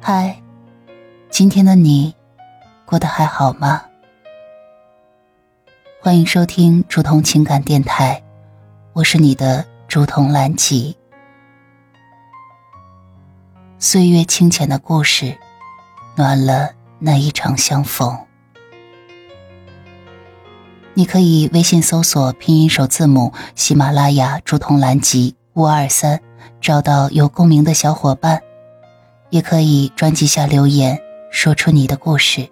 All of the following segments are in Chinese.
嗨，今天的你过得还好吗？欢迎收听竹筒情感电台，我是你的竹筒兰吉。岁月清浅的故事，暖了那一场相逢。你可以微信搜索拼音首字母喜马拉雅竹筒兰吉523，找到有共鸣的小伙伴，也可以专辑下留言，说出你的故事。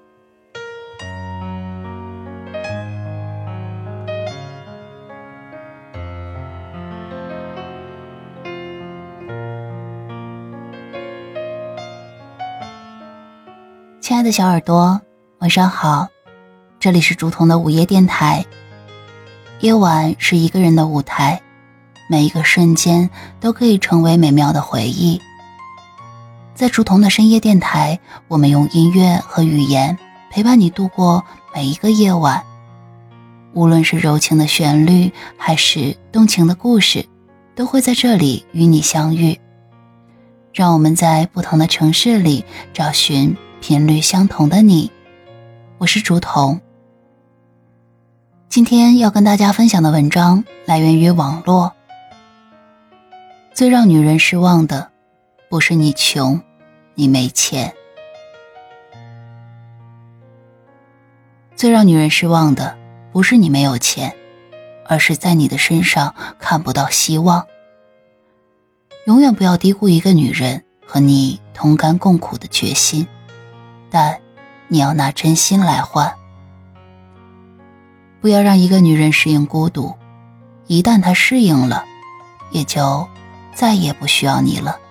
亲爱的小耳朵，晚上好，这里是竹筒的午夜电台。夜晚是一个人的舞台，每一个瞬间都可以成为美妙的回忆。在竹筒的深夜电台，我们用音乐和语言陪伴你度过每一个夜晚。无论是柔情的旋律还是动情的故事，都会在这里与你相遇。让我们在不同的城市里找寻频率相同的你。我是竹筒。今天要跟大家分享的文章来源于网络。最让女人失望的不是你穷，你没钱。最让女人失望的不是你没有钱，而是在你的身上看不到希望。永远不要低估一个女人和你同甘共苦的决心，但你要拿真心来换。不要让一个女人适应孤独，一旦她适应了，也就再也不需要你了。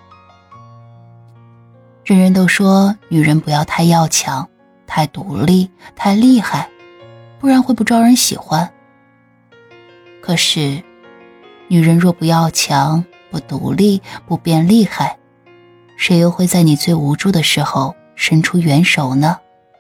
人人都说女人不要太要强，太独立，太厉害，不然会不招人喜欢。可是女人若不要强，不独立，不变厉害，谁又会在你最无助的时候伸出援手呢？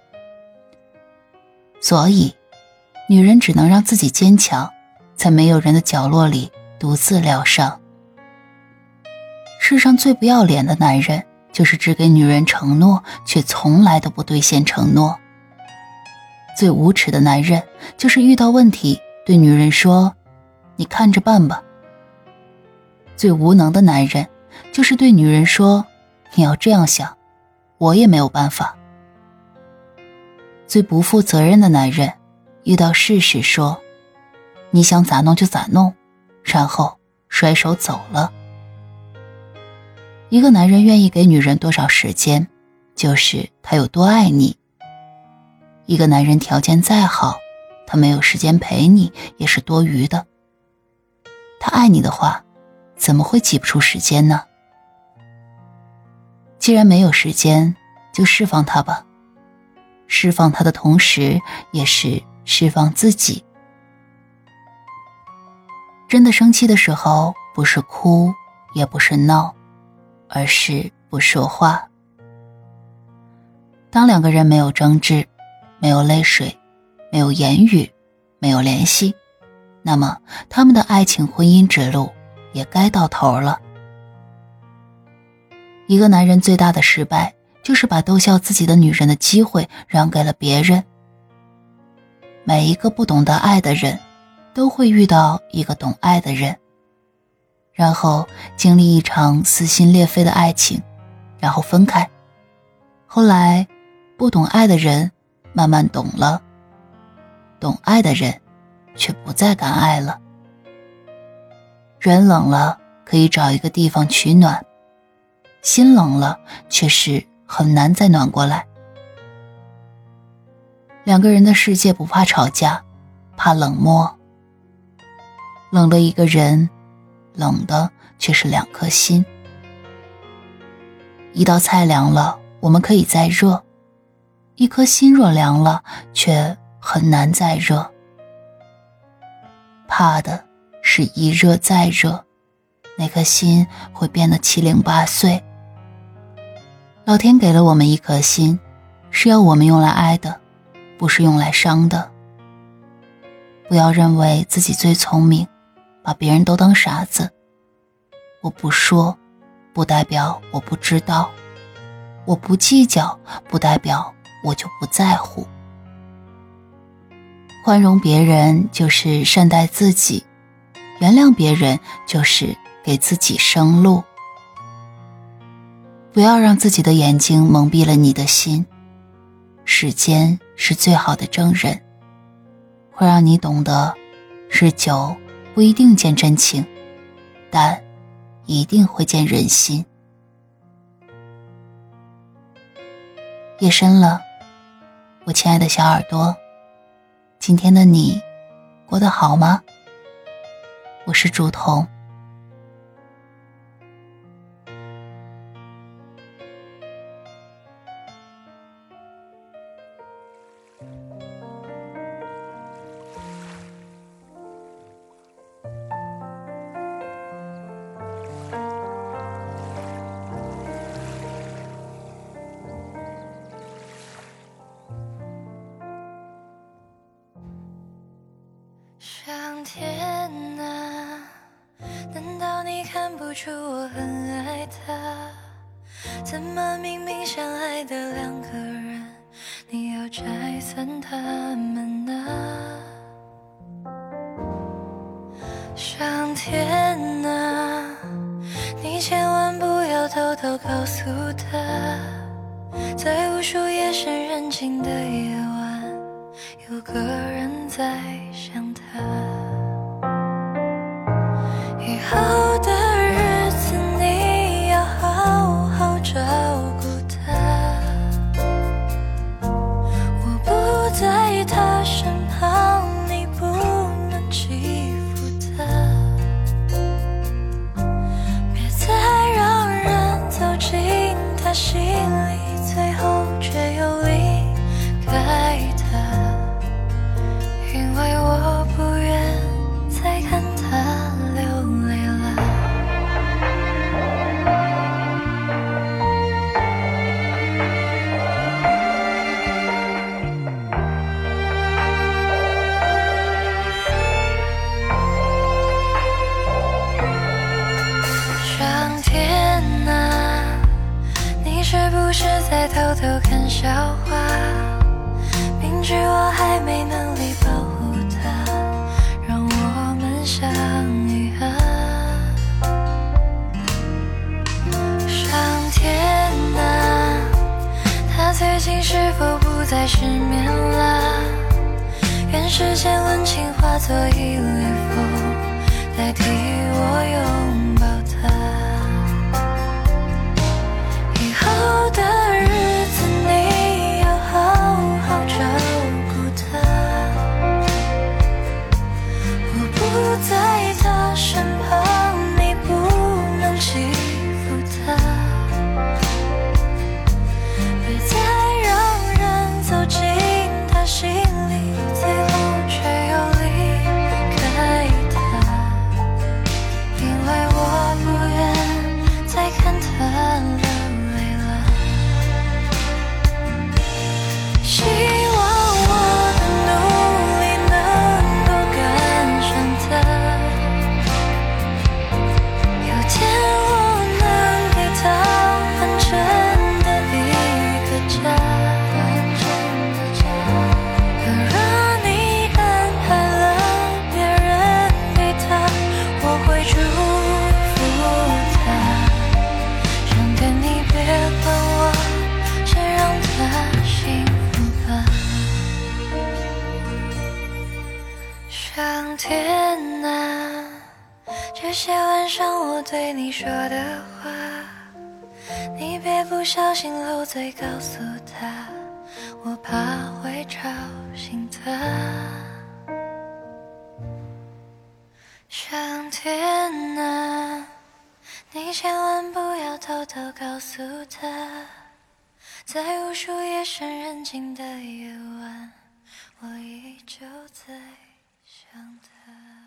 所以女人只能让自己坚强，在没有人的角落里独自疗伤。世上最不要脸的男人，就是只给女人承诺，却从来都不兑现承诺。最无耻的男人，就是遇到问题对女人说，你看着办吧。最无能的男人，就是对女人说，你要这样想，我也没有办法。最不负责任的男人，遇到事时说，你想咋弄就咋弄，然后甩手走了。一个男人愿意给女人多少时间，就是他有多爱你。一个男人条件再好，他没有时间陪你也是多余的。他爱你的话，怎么会挤不出时间呢？既然没有时间，就释放他吧。释放他的同时，也是释放自己。真的生气的时候，不是哭，也不是闹，而是不说话。当两个人没有争执，没有泪水，没有言语，没有联系，那么他们的爱情婚姻之路也该到头了。一个男人最大的失败，就是把逗笑自己的女人的机会让给了别人。每一个不懂得爱的人，都会遇到一个懂爱的人，然后经历一场撕心裂肺的爱情，然后分开。后来不懂爱的人慢慢懂了，懂爱的人却不再敢爱了。人冷了可以找一个地方取暖，心冷了却是很难再暖过来。两个人的世界不怕吵架，怕冷漠。冷的一个人，冷的却是两颗心。一道菜凉了，我们可以再热，一颗心若凉了，却很难再热。怕的是一热再热，那颗心会变得七零八碎。老天给了我们一颗心，是要我们用来爱的，不是用来伤的。不要认为自己最聪明，把别人都当傻子。我不说，不代表我不知道。 我不计较，不代表我就不在乎。宽容别人就是善待自己，原谅别人就是给自己生路。不要让自己的眼睛蒙蔽了你的心，时间是最好的证人，会让你懂得，日久不一定见真情，但一定会见人心。夜深了，我亲爱的小耳朵，今天的你过得好吗？我是竹筒。 上天啊，难道你看不出我很爱他？怎么明明相爱的两个人，你要拆散他们呢？上天啊，你千万不要偷偷告诉他，在无数夜深人静的夜晚，有个人在想他。以后的日子你要好好照顾他，我不在他身旁，你不能欺负他，别再让人走进他心里，最后却又离开他。因为我不愿再看他流泪了。上天啊，你是不是在偷偷看笑话？明知我还没能力保护他，让我们相遇啊。上天啊，他最近是否不再失眠了？愿世间温情化作一缕风，代替我拥抱他。以后的日子你要好好照顾他，我不在他身旁，你不能欺负他，别再让人走进他心里，最后却又离开他。因为我不愿再看他流泪了。希望我的努力能够赶上他，有天我能给他完整的一个家。可若你安排了别人给他，我会祝福他。上天你别管我，先让他幸福吧。上天啊，这些晚上我对你说的话，你别不小心漏嘴告诉他，我怕会吵醒他。上天啊，你千万不要偷偷告诉他，在无数夜深人静的夜晚，我依旧在想他。